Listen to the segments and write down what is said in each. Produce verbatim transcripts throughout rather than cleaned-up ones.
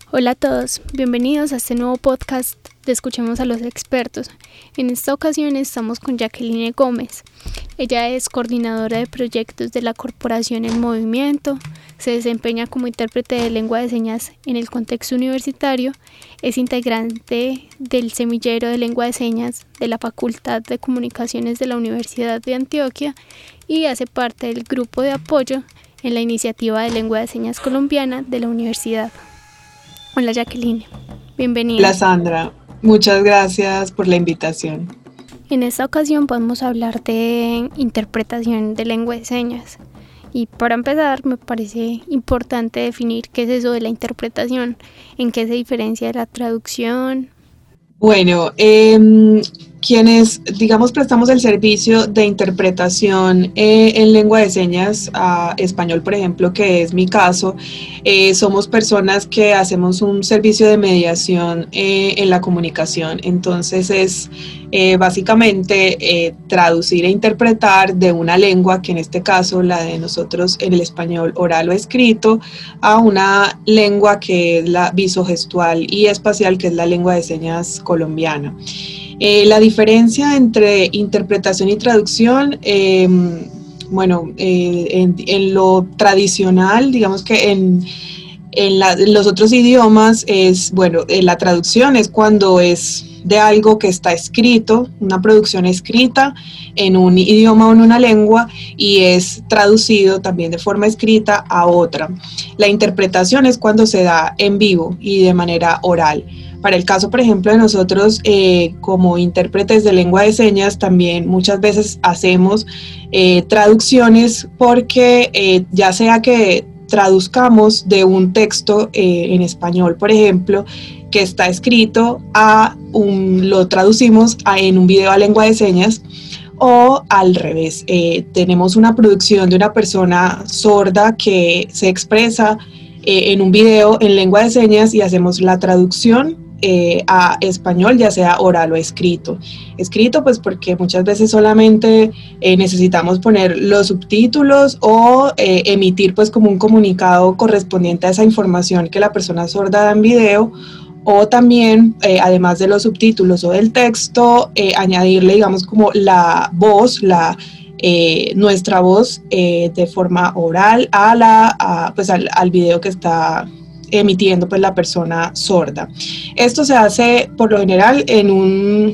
Hola a todos, bienvenidos a este nuevo podcast de Escuchemos a los Expertos. En esta ocasión estamos con Jacqueline Gómez. Ella es coordinadora de proyectos de la Corporación En Movimiento, se desempeña como intérprete de lengua de señas en el contexto universitario, es integrante del semillero de lengua de señas de la Facultad de Comunicaciones de la Universidad de Antioquia y hace parte del grupo de apoyo en la iniciativa de lengua de señas colombiana de la universidad. Hola Jacqueline, bienvenida. Hola Sandra, muchas gracias por la invitación. En esta ocasión vamos a hablar de interpretación de lengua de señas. Y para empezar me parece importante definir qué es eso de la interpretación, en qué se diferencia de la traducción. Bueno, eh, quienes, digamos, prestamos el servicio de interpretación eh, en lengua de señas a español, por ejemplo, que es mi caso, eh, somos personas que hacemos un servicio de mediación eh, en la comunicación. Entonces es eh, básicamente eh, traducir e interpretar de una lengua, que en este caso la de nosotros en el español oral o escrito, a una lengua que es la visogestual y espacial, que es la lengua de señas colombiana. Eh, la diferencia entre interpretación y traducción, eh, bueno, eh, en, en lo tradicional, digamos que en, en, la, en los otros idiomas es, bueno, eh, la traducción es cuando es de algo que está escrito, una producción escrita en un idioma o en una lengua y es traducido también de forma escrita a otra. La interpretación es cuando se da en vivo y de manera oral. Para el caso, por ejemplo, de nosotros eh, como intérpretes de lengua de señas, también muchas veces hacemos eh, traducciones porque eh, ya sea que traduzcamos de un texto eh, en español, por ejemplo, que está escrito, a un, lo traducimos a, en un video a lengua de señas, o al revés, eh, tenemos una producción de una persona sorda que se expresa eh, en un video en lengua de señas y hacemos la traducción Eh, a español, ya sea oral o escrito. Escrito pues porque muchas veces solamente eh, necesitamos poner los subtítulos o eh, emitir pues como un comunicado correspondiente a esa información que la persona sorda da en video, o también eh, además de los subtítulos o del texto, eh, añadirle digamos como la voz, la Eh, nuestra voz eh, de forma oral a la, a, pues al, al video que está emitiendo pues la persona sorda. Esto se hace por lo general en un,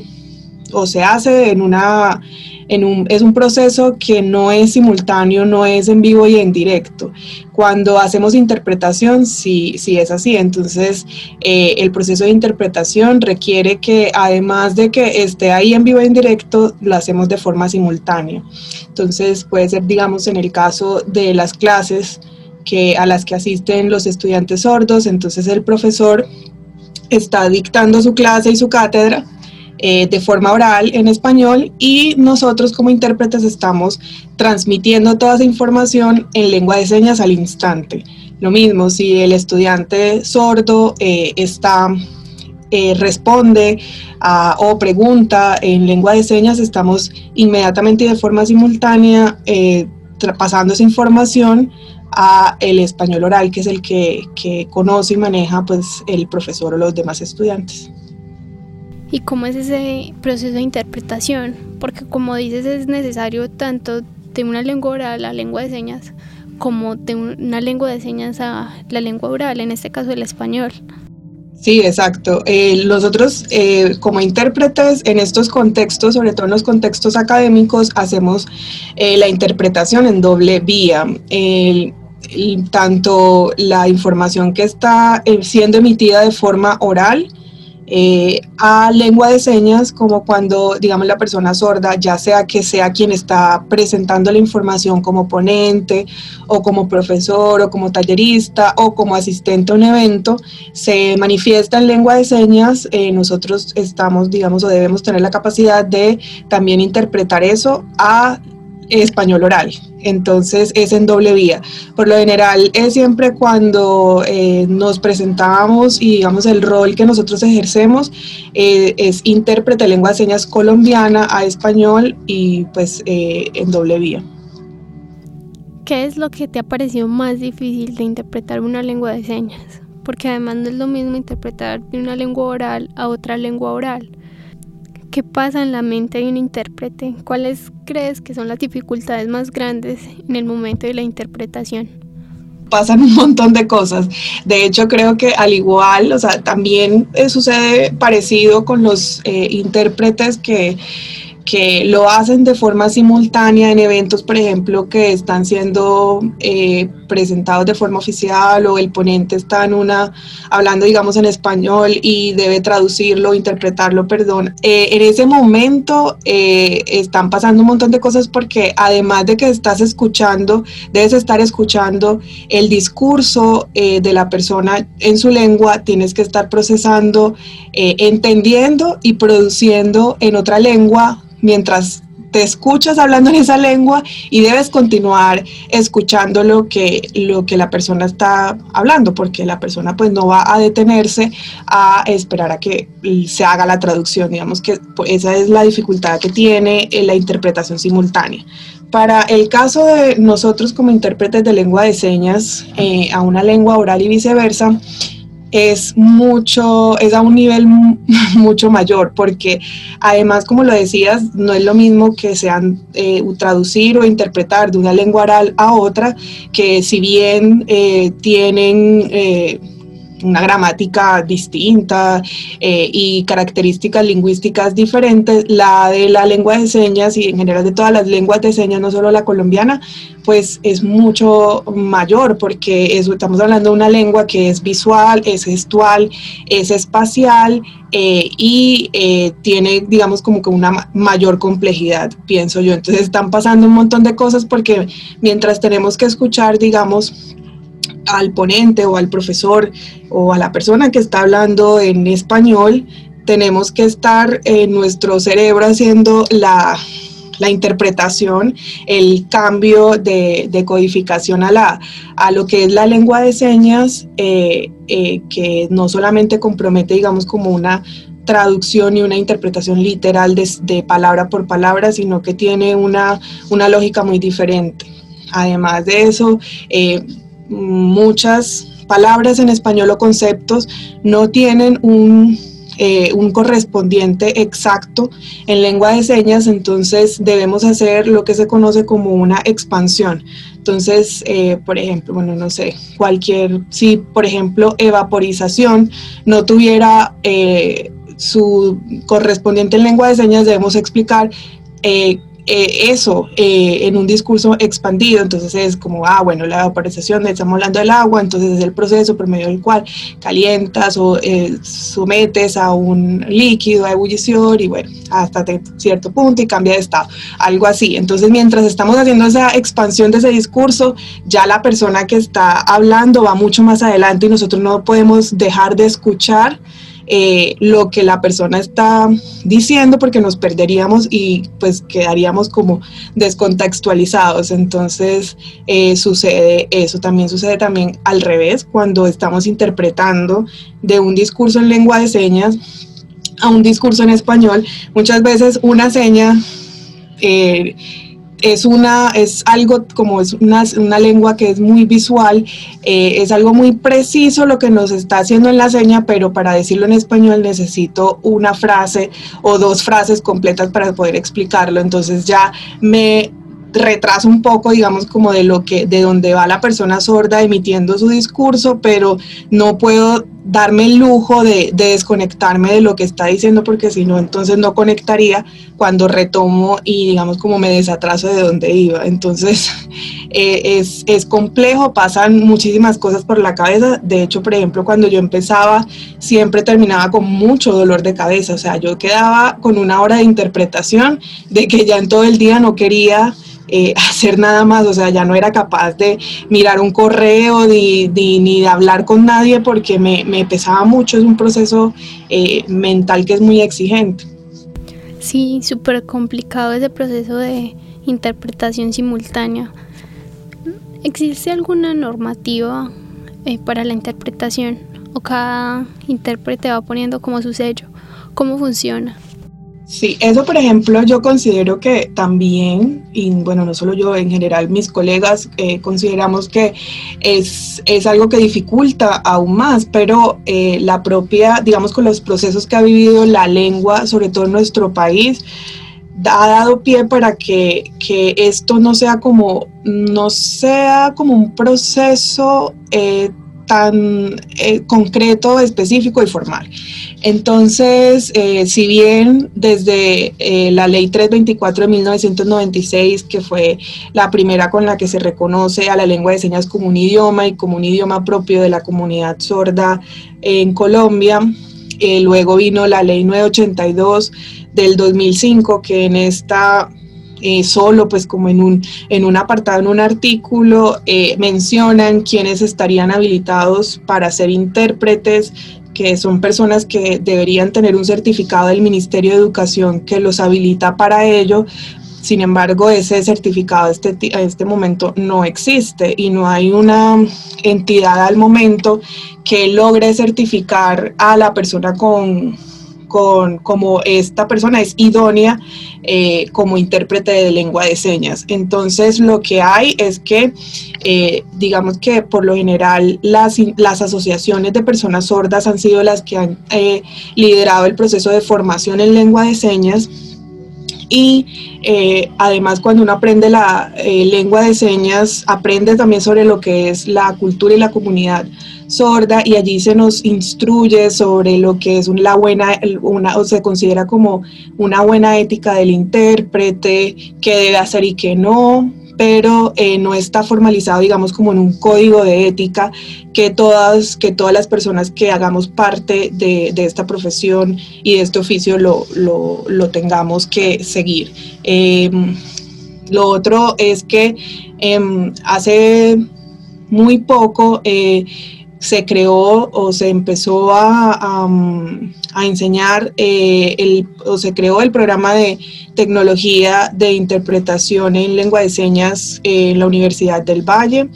o se hace en una, en un, es un proceso que no es simultáneo, no es en vivo y en directo. Cuando hacemos interpretación, sí, sí es así. Entonces, eh, el proceso de interpretación requiere que, además de que esté ahí en vivo y en directo, lo hacemos de forma simultánea. Entonces, puede ser, digamos, en el caso de las clases que, a las que asisten los estudiantes sordos, entonces el profesor está dictando su clase y su cátedra eh, de forma oral en español y nosotros como intérpretes estamos transmitiendo toda esa información en lengua de señas al instante. Lo mismo, si el estudiante sordo eh, está, eh, responde a, o pregunta en lengua de señas, estamos inmediatamente y de forma simultánea eh, pasando esa información a el español oral, que es el que, que conoce y maneja pues el profesor o los demás estudiantes. ¿Y cómo es ese proceso de interpretación? Porque como dices, es necesario tanto de una lengua oral a lengua de señas como de una lengua de señas a la lengua oral, en este caso el español. Sí, exacto. Eh, nosotros eh, como intérpretes en estos contextos, sobre todo en los contextos académicos, hacemos eh, la interpretación en doble vía. Eh, y tanto la información que está siendo emitida de forma oral eh, a lengua de señas, como cuando, digamos, la persona sorda, ya sea que sea quien está presentando la información como ponente o como profesor o como tallerista o como asistente a un evento, se manifiesta en lengua de señas, eh, nosotros estamos, digamos, o debemos tener la capacidad de también interpretar eso a español oral. Entonces es en doble vía. Por lo general es siempre cuando eh, nos presentamos y digamos el rol que nosotros ejercemos eh, es intérprete de lengua de señas colombiana a español y pues eh, en doble vía. ¿Qué es lo que te ha parecido más difícil de interpretar una lengua de señas? porque además no es lo mismo interpretar de una lengua oral a otra lengua oral. ¿Qué pasa en la mente de un intérprete? ¿Cuáles crees que son las dificultades más grandes en el momento de la interpretación? Pasan un montón de cosas. De hecho, creo que al igual, o sea, también eh, sucede parecido con los eh, intérpretes que que lo hacen de forma simultánea en eventos, por ejemplo, que están siendo eh, presentados de forma oficial, o el ponente está en una, hablando, digamos, en español y debe traducirlo, interpretarlo, perdón. Eh, en ese momento eh, están pasando un montón de cosas, porque además de que estás escuchando, debes estar escuchando el discurso eh, de la persona en su lengua, tienes que estar procesando, eh, entendiendo y produciendo en otra lengua, mientras te escuchas hablando en esa lengua, y debes continuar escuchando lo que, lo que la persona está hablando, porque la persona pues no va a detenerse a esperar a que se haga la traducción. Digamos que pues, esa es la dificultad que tiene la interpretación simultánea. Para el caso de nosotros como intérpretes de lengua de señas eh, a una lengua oral y viceversa, es mucho, es a un nivel mucho mayor, porque además, como lo decías, no es lo mismo que sean eh, traducir o interpretar de una lengua oral a otra, que si bien eh, tienen eh, una gramática distinta eh, y características lingüísticas diferentes, la de la lengua de señas y en general de todas las lenguas de señas, no solo la colombiana, pues es mucho mayor, porque eso, estamos hablando de una lengua que es visual, es gestual, es espacial eh, y eh, tiene, digamos, como que una mayor complejidad, pienso yo. Entonces están pasando un montón de cosas, porque mientras tenemos que escuchar, digamos, al ponente o al profesor o a la persona que está hablando en español, tenemos que estar en nuestro cerebro haciendo la, la interpretación, el cambio de, de codificación a, la, a lo que es la lengua de señas, eh, eh, que no solamente compromete, digamos, como una traducción y una interpretación literal de, de palabra por palabra, sino que tiene una, una lógica muy diferente. Además de eso, eh, muchas palabras en español o conceptos no tienen un, eh, un correspondiente exacto en lengua de señas, entonces debemos hacer lo que se conoce como una expansión. Entonces, eh, por ejemplo, bueno, no sé, cualquier, si por ejemplo evaporización no tuviera eh, su correspondiente en lengua de señas, debemos explicar eh, Eh, eso eh, en un discurso expandido. Entonces es como, ah, bueno, la vaporización, estamos hablando del agua, entonces es el proceso por medio del cual calientas o eh, sometes a un líquido a ebullición y bueno, hasta cierto punto y cambia de estado, algo así. Entonces mientras estamos haciendo esa expansión de ese discurso, ya la persona que está hablando va mucho más adelante y nosotros no podemos dejar de escuchar Eh, lo que la persona está diciendo, porque nos perderíamos y pues quedaríamos como descontextualizados. Entonces eh, sucede eso. También sucede también al revés, cuando estamos interpretando de un discurso en lengua de señas a un discurso en español. Muchas veces una seña eh, es una es algo como es una, una lengua que es muy visual, eh, es algo muy preciso lo que nos está haciendo en la seña, pero para decirlo en español necesito una frase o dos frases completas para poder explicarlo. Entonces ya me retraso un poco, digamos, como de lo que de donde va la persona sorda emitiendo su discurso, pero no puedo darme el lujo de, de desconectarme de lo que está diciendo, porque si no, entonces no conectaría cuando retomo y, digamos, como me desatraso de donde iba. Entonces eh, es, es complejo, pasan muchísimas cosas por la cabeza. De hecho, por ejemplo, cuando yo empezaba, siempre terminaba con mucho dolor de cabeza. O sea, yo quedaba con una hora de interpretación de que ya en todo el día no quería Eh, hacer nada más. O sea, ya no era capaz de mirar un correo ni, ni, ni de hablar con nadie, porque me, me pesaba mucho. Es un proceso eh, mental que es muy exigente. Sí, súper complicado ese proceso de interpretación simultánea. ¿Existe alguna normativa eh, para la interpretación o cada intérprete va poniendo como su sello? ¿Cómo funciona? Sí, eso por ejemplo yo considero que también, y bueno, no solo yo, en general mis colegas eh, consideramos que es, es algo que dificulta aún más, pero eh, la propia, digamos, con los procesos que ha vivido la lengua, sobre todo en nuestro país, ha dado pie para que, que esto no sea como, no sea como un proceso eh, tan eh, concreto, específico y formal. Entonces, eh, si bien desde eh, la ley trescientos veinticuatro de mil novecientos noventa y seis, que fue la primera con la que se reconoce a la lengua de señas como un idioma y como un idioma propio de la comunidad sorda en Colombia, eh, luego vino la ley novecientos ochenta y dos del dos mil cinco, que en esta Eh, solo pues como en un, en un apartado, en un artículo, eh, mencionan quiénes estarían habilitados para ser intérpretes, que son personas que deberían tener un certificado del Ministerio de Educación que los habilita para ello. Sin embargo, ese certificado a este, a este momento no existe y no hay una entidad al momento que logre certificar a la persona con... Con, como esta persona es idónea eh, como intérprete de lengua de señas. Entonces lo que hay es que eh, digamos que por lo general las, las asociaciones de personas sordas han sido las que han eh, liderado el proceso de formación en lengua de señas. Y eh, además cuando uno aprende la eh, lengua de señas, aprende también sobre lo que es la cultura y la comunidad sorda, y allí se nos instruye sobre lo que es la buena, una, o se considera como una buena ética del intérprete, qué debe hacer y qué no, pero eh, no está formalizado, digamos, como en un código de ética que todas, que todas las personas que hagamos parte de, de esta profesión y de este oficio lo, lo, lo tengamos que seguir. Eh, lo otro es que eh, hace muy poco eh, se creó o se empezó a, a, a enseñar eh, el, o se creó el programa de tecnología de interpretación en lengua de señas eh, en la Universidad del Valle,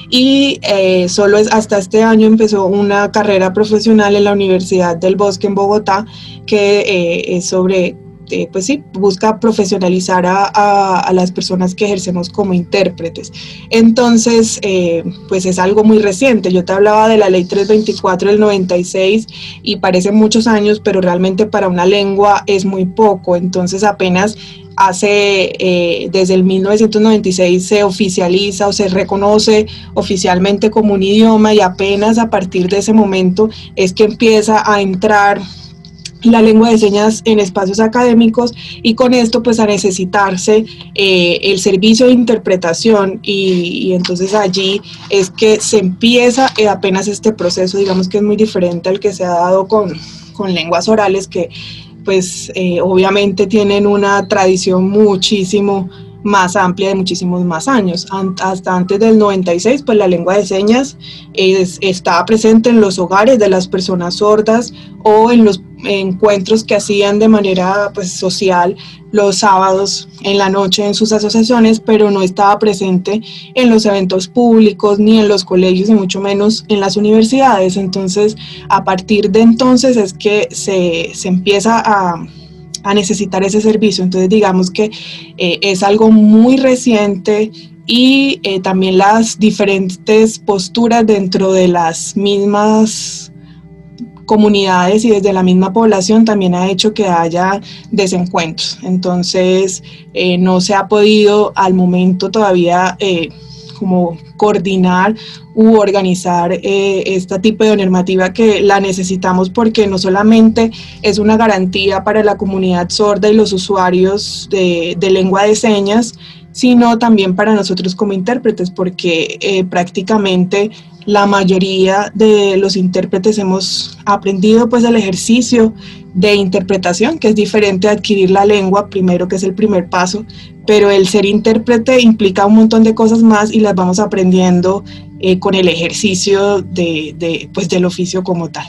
y eh, solo es hasta este año empezó una carrera profesional en la Universidad del Bosque en Bogotá que eh, es sobre Eh, pues sí, busca profesionalizar a, a, a las personas que ejercemos como intérpretes. Entonces, eh, pues es algo muy reciente. Yo te hablaba de la ley trescientos veinticuatro del noventa y seis y parecen muchos años, pero realmente para una lengua es muy poco. Entonces, apenas hace, eh, desde el mil novecientos noventa y seis se oficializa o se reconoce oficialmente como un idioma, y apenas a partir de ese momento es que empieza a entrar la lengua de señas en espacios académicos, y con esto pues a necesitarse eh, el servicio de interpretación, y, y entonces allí es que se empieza eh, apenas este proceso, digamos que es muy diferente al que se ha dado con, con lenguas orales, que pues eh, obviamente tienen una tradición muchísimo más amplia de muchísimos más años. Hasta antes del noventa y seis, pues la lengua de señas es, estaba presente en los hogares de las personas sordas o en los encuentros que hacían de manera pues social los sábados en la noche en sus asociaciones, pero no estaba presente en los eventos públicos ni en los colegios y mucho menos en las universidades. Entonces, a partir de entonces es que se, se empieza a a necesitar ese servicio. Entonces digamos que eh, es algo muy reciente, y eh, también las diferentes posturas dentro de las mismas comunidades y desde la misma población también ha hecho que haya desencuentros. Entonces eh, no se ha podido al momento todavía eh, como coordinar u organizar eh, este tipo de normativa, que la necesitamos porque no solamente es una garantía para la comunidad sorda y los usuarios de, de lengua de señas, sino también para nosotros como intérpretes, porque eh, prácticamente la mayoría de los intérpretes hemos aprendido pues el ejercicio de interpretación, que es diferente a adquirir la lengua primero, que es el primer paso, pero el ser intérprete implica un montón de cosas más y las vamos aprendiendo eh, con el ejercicio de, de, pues, del oficio como tal.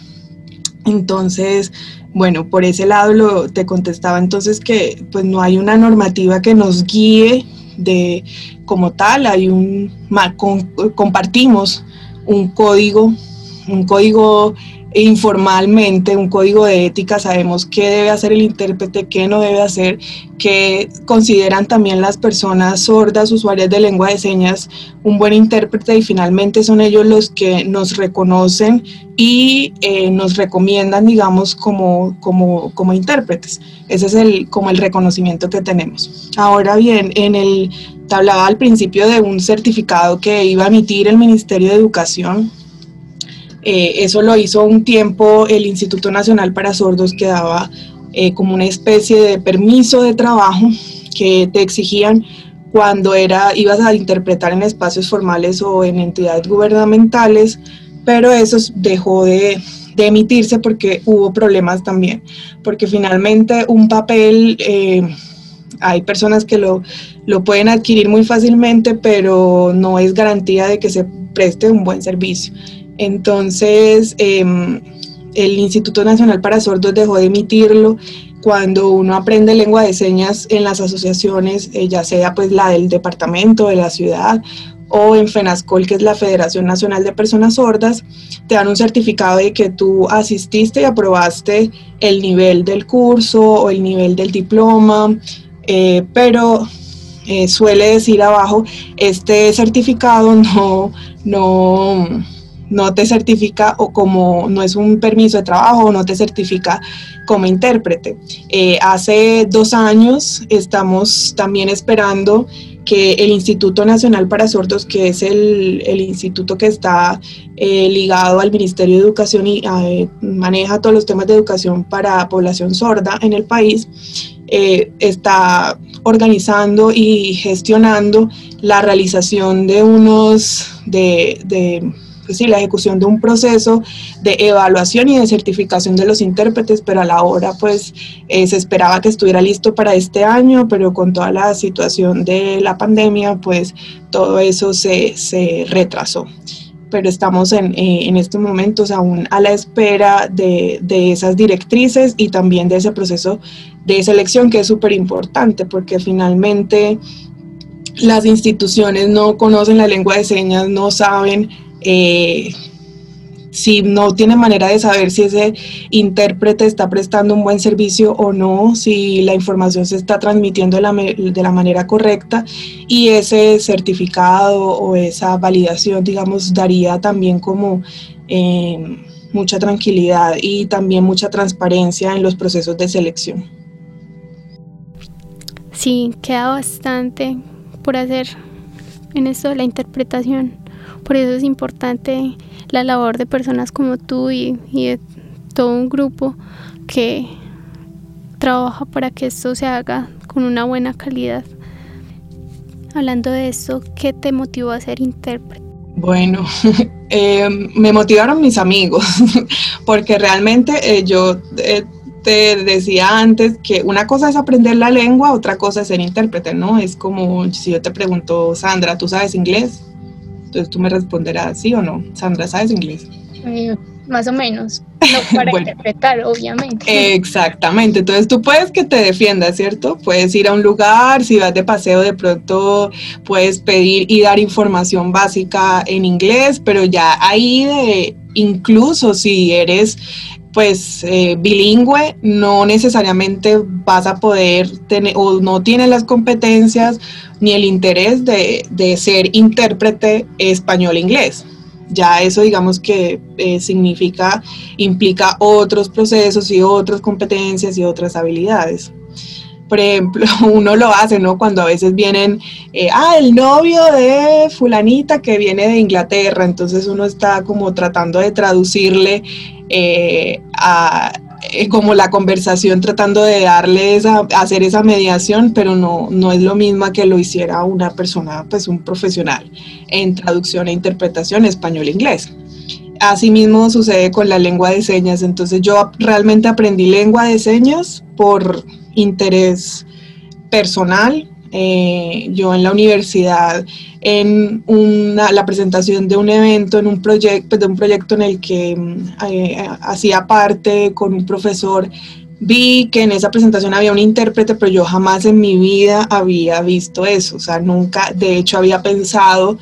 Entonces, bueno, por ese lado lo, te contestaba entonces que pues no hay una normativa que nos guíe de como tal, hay un, con, compartimos un código, un código informalmente un código de ética, sabemos qué debe hacer el intérprete, qué no debe hacer, qué consideran también las personas sordas, usuarias de lengua de señas, un buen intérprete, y finalmente son ellos los que nos reconocen y eh, nos recomiendan, digamos, como, como, como intérpretes. Ese es el, como el reconocimiento que tenemos. Ahora bien, en el, te hablaba al principio de un certificado que iba a emitir el Ministerio de Educación. Eh, eso lo hizo un tiempo el Instituto Nacional para Sordos, que daba eh, como una especie de permiso de trabajo que te exigían cuando era, ibas a interpretar en espacios formales o en entidades gubernamentales, pero eso dejó de, de emitirse porque hubo problemas también, porque finalmente un papel, eh, hay personas que lo, lo pueden adquirir muy fácilmente, pero no es garantía de que se preste un buen servicio. Entonces, eh, el Instituto Nacional para Sordos dejó de emitirlo. Cuando uno aprende lengua de señas en las asociaciones, eh, ya sea pues la del departamento, de la ciudad, o en FENASCOL, que es la Federación Nacional de Personas Sordas, te dan un certificado de que tú asististe y aprobaste el nivel del curso o el nivel del diploma, eh, pero eh, suele decir abajo, este certificado no... no no te certifica, o como no es un permiso de trabajo, no te certifica como intérprete. Eh, hace dos años estamos también esperando que el Instituto Nacional para Sordos, que es el, el instituto que está eh, ligado al Ministerio de Educación y eh, maneja todos los temas de educación para población sorda en el país, eh, está organizando y gestionando la realización de unos, de, de pues sí, la ejecución de un proceso de evaluación y de certificación de los intérpretes, pero a la hora pues eh, se esperaba que estuviera listo para este año, pero con toda la situación de la pandemia pues todo eso se, se retrasó. Pero estamos en, eh, en estos momentos aún a la espera de, de esas directrices y también de ese proceso de selección, que es súper importante, porque finalmente las instituciones no conocen la lengua de señas, no saben Eh, si no tiene manera de saber si ese intérprete está prestando un buen servicio o no, si la información se está transmitiendo de la, de la manera correcta, y ese certificado o esa validación, digamos, daría también como eh, mucha tranquilidad y también mucha transparencia en los procesos de selección. Sí, queda bastante por hacer en esto de la interpretación. Por eso es importante la labor de personas como tú y, y de todo un grupo que trabaja para que esto se haga con una buena calidad. Hablando de esto, ¿qué te motivó a ser intérprete? Bueno, eh, me motivaron mis amigos, porque realmente eh, yo eh, te decía antes que una cosa es aprender la lengua, otra cosa es ser intérprete, ¿no? Es como si yo te pregunto, Sandra, ¿tú sabes inglés? Entonces tú me responderás sí o no. Sandra, ¿sabes inglés? Eh, más o menos, no para bueno, interpretar, obviamente. Exactamente, entonces tú puedes que te defiendas, ¿cierto? Puedes ir a un lugar, si vas de paseo de pronto puedes pedir y dar información básica en inglés, pero ya ahí de, incluso si eres pues eh, bilingüe, no necesariamente vas a poder tener o no tienes las competencias ni el interés de, de ser intérprete español-inglés. Ya eso digamos que eh, significa, implica otros procesos y otras competencias y otras habilidades. Por ejemplo, uno lo hace, ¿no? Cuando a veces vienen, eh, ah, el novio de fulanita que viene de Inglaterra, entonces uno está como tratando de traducirle eh, a, eh, como la conversación, tratando de darle esa, hacer esa mediación, pero no, no es lo mismo que lo hiciera una persona, pues un profesional en traducción e interpretación español-inglés. Asimismo sucede con la lengua de señas, entonces yo realmente aprendí lengua de señas por interés personal. Eh, yo en la universidad, en una, la presentación de un evento, en un proyecto, de un proyecto en el que eh, hacía parte con un profesor, vi que en esa presentación había un intérprete, pero yo jamás en mi vida había visto eso, o sea, nunca, de hecho había pensado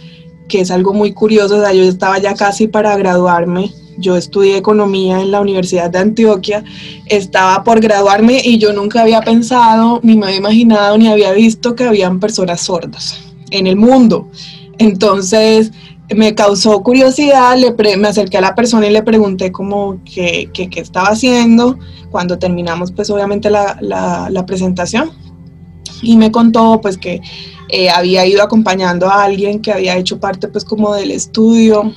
que es algo muy curioso. O sea, yo estaba ya casi para graduarme. Yo estudié economía en la Universidad de Antioquia, estaba por graduarme y yo nunca había pensado, ni me había imaginado, ni había visto que habían personas sordas en el mundo. Entonces me causó curiosidad, le pre- me acerqué a la persona y le pregunté como qué, qué, qué estaba haciendo cuando terminamos pues obviamente la, la, la presentación, y me contó pues que eh, había ido acompañando a alguien que había hecho parte pues como del estudio,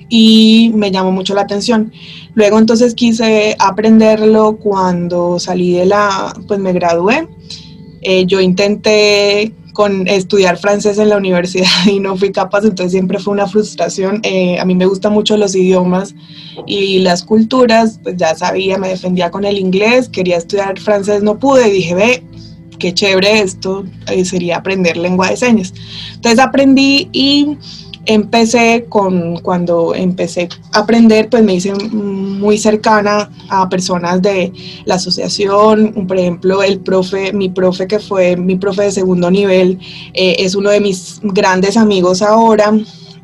y me llamó mucho la atención. Luego entonces quise aprenderlo cuando salí de la, pues me gradué. Eh, yo intenté con estudiar francés en la universidad y no fui capaz, entonces siempre fue una frustración. Eh, a mí me gustan mucho los idiomas y las culturas, pues ya sabía, me defendía con el inglés, quería estudiar francés, no pude, y dije, ve, qué chévere esto, eh, sería aprender lengua de señas. Entonces aprendí y empecé con, cuando empecé a aprender, pues me hice muy cercana a personas de la asociación. Por ejemplo, el profe, mi profe que fue mi profe de segundo nivel, eh, es uno de mis grandes amigos ahora,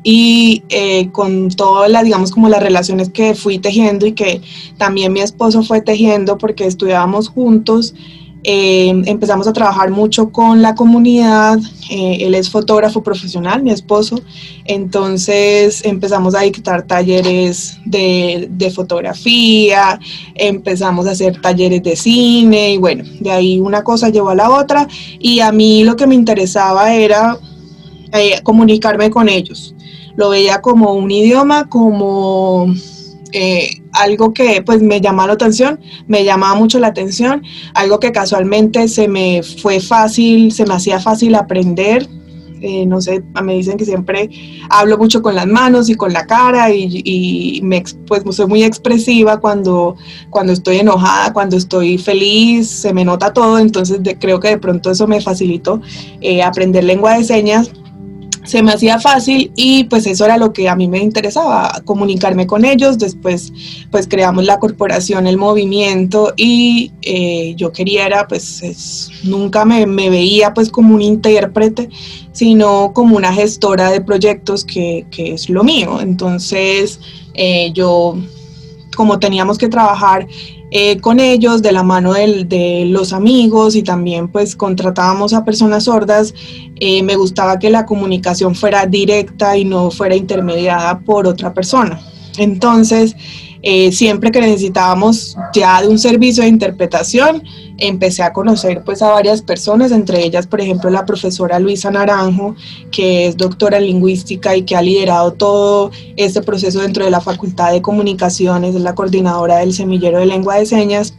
y eh, con todas las, digamos, como las relaciones que fui tejiendo y que también mi esposo fue tejiendo porque estudiábamos juntos. Eh, empezamos a trabajar mucho con la comunidad. Eh, él es fotógrafo profesional, mi esposo, entonces empezamos a dictar talleres de, de fotografía, empezamos a hacer talleres de cine, y bueno, de ahí una cosa llevó a la otra, y a mí lo que me interesaba era eh, comunicarme con ellos. Lo veía como un idioma, como Eh, algo que pues me llamaba la atención, me llamaba mucho la atención, algo que casualmente se me fue fácil, se me hacía fácil aprender. Eh, no sé, me dicen que siempre hablo mucho con las manos y con la cara, y, y me, pues soy muy expresiva cuando, cuando estoy enojada, cuando estoy feliz, se me nota todo. Entonces de, creo que de pronto eso me facilitó eh, aprender lengua de señas. Se me hacía fácil y pues eso era lo que a mí me interesaba, comunicarme con ellos. Después pues creamos la corporación El Movimiento, y eh, yo quería era pues es, nunca me, me veía pues como un intérprete, sino como una gestora de proyectos, que, que es lo mío. Entonces eh, yo, como teníamos que trabajar Eh, con ellos de la mano de, de los amigos, y también pues contratábamos a personas sordas, eh, me gustaba que la comunicación fuera directa y no fuera intermediada por otra persona. Entonces eh, siempre que necesitábamos ya de un servicio de interpretación, empecé a conocer pues a varias personas, entre ellas por ejemplo la profesora Luisa Naranjo, que es doctora en lingüística y que ha liderado todo este proceso dentro de la Facultad de Comunicaciones, es la coordinadora del semillero de lengua de señas.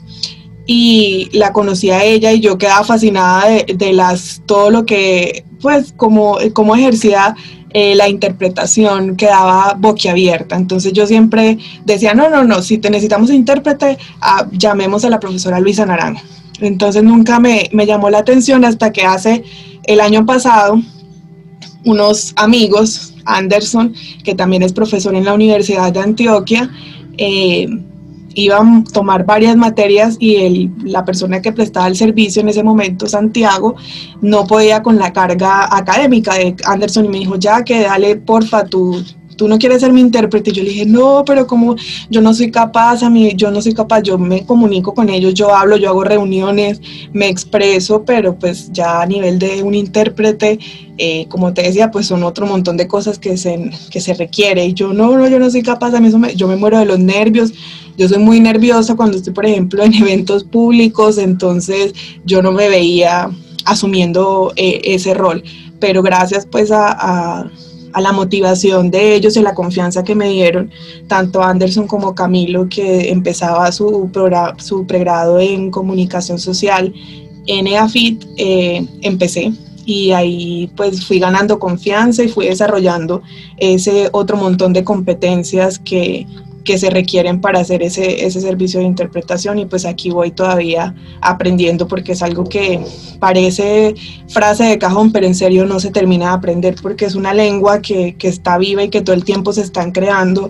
Y la conocí a ella y yo quedaba fascinada de, de las, todo lo que, pues, como, como ejercía eh, la interpretación, quedaba boquiabierta. Entonces yo siempre decía, no, no, no, si te necesitamos intérprete, ah, llamemos a la profesora Luisa Naranjo. Entonces nunca me, me llamó la atención hasta que hace el año pasado unos amigos, Anderson, que también es profesor en la Universidad de Antioquia, eh, iban a tomar varias materias, y el, la persona que prestaba el servicio en ese momento, Santiago, no podía con la carga académica de Anderson, y me dijo, ya que dale, porfa, tú, tú no quieres ser mi intérprete. Y yo le dije, no, pero como yo no soy capaz, a mí, yo no soy capaz, yo me comunico con ellos, yo hablo, yo hago reuniones, me expreso, pero pues ya a nivel de un intérprete, eh, como te decía, pues son otro montón de cosas que se, que se requiere. Y yo no, no, yo no soy capaz, a mí eso me, yo me muero de los nervios. Yo soy muy nerviosa cuando estoy, por ejemplo, en eventos públicos, entonces yo no me veía asumiendo eh, ese rol. Pero gracias pues a, a, a la motivación de ellos y la confianza que me dieron, tanto Anderson como Camilo, que empezaba su, programa, su pregrado en comunicación social en E A F I T, eh, empecé. Y ahí pues fui ganando confianza y fui desarrollando ese otro montón de competencias que, que se requieren para hacer ese, ese servicio de interpretación. Y pues aquí voy todavía aprendiendo, porque es algo que parece frase de cajón, pero en serio no se termina de aprender, porque es una lengua que, que está viva y que todo el tiempo se están creando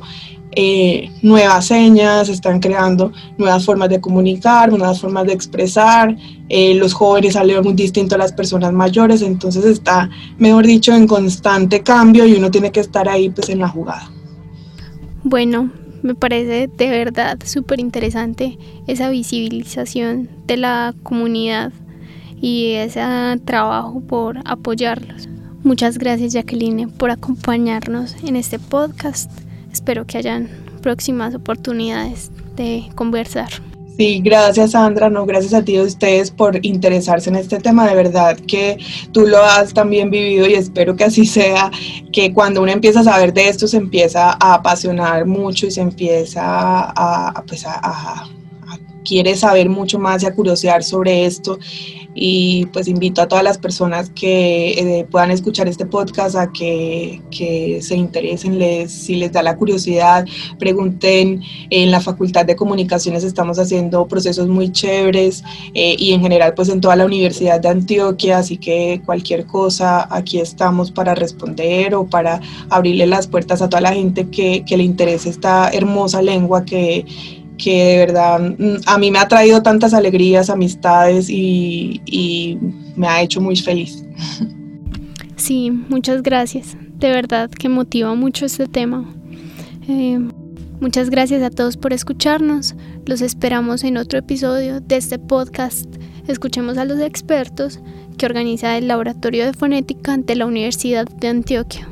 eh, nuevas señas, están creando nuevas formas de comunicar, nuevas formas de expresar, eh, los jóvenes salen muy distintos a las personas mayores, entonces está, mejor dicho, en constante cambio y uno tiene que estar ahí pues en la jugada. Bueno, me parece de verdad súper interesante esa visibilización de la comunidad y ese trabajo por apoyarlos. Muchas gracias, Jacqueline, por acompañarnos en este podcast. Espero que hayan próximas oportunidades de conversar. Sí, gracias Sandra, no, gracias a ti a ustedes por interesarse en este tema, de verdad que tú lo has también vivido y espero que así sea, que cuando uno empieza a saber de esto se empieza a apasionar mucho y se empieza a, a, pues a, a, a quiere saber mucho más y a curiosear sobre esto. Y pues invito a todas las personas que eh, puedan escuchar este podcast a que, que se interesen, les, si les da la curiosidad, pregunten. En la Facultad de Comunicaciones estamos haciendo procesos muy chéveres eh, y en general pues en toda la Universidad de Antioquia, así que cualquier cosa aquí estamos para responder o para abrirle las puertas a toda la gente que, que le interese esta hermosa lengua que que de verdad a mí me ha traído tantas alegrías, amistades y, y me ha hecho muy feliz. Sí, muchas gracias. De verdad que motiva mucho este tema. Eh, muchas gracias a todos por escucharnos. Los esperamos en otro episodio de este podcast. Escuchemos a los expertos que organiza el Laboratorio de Fonética de la Universidad de Antioquia.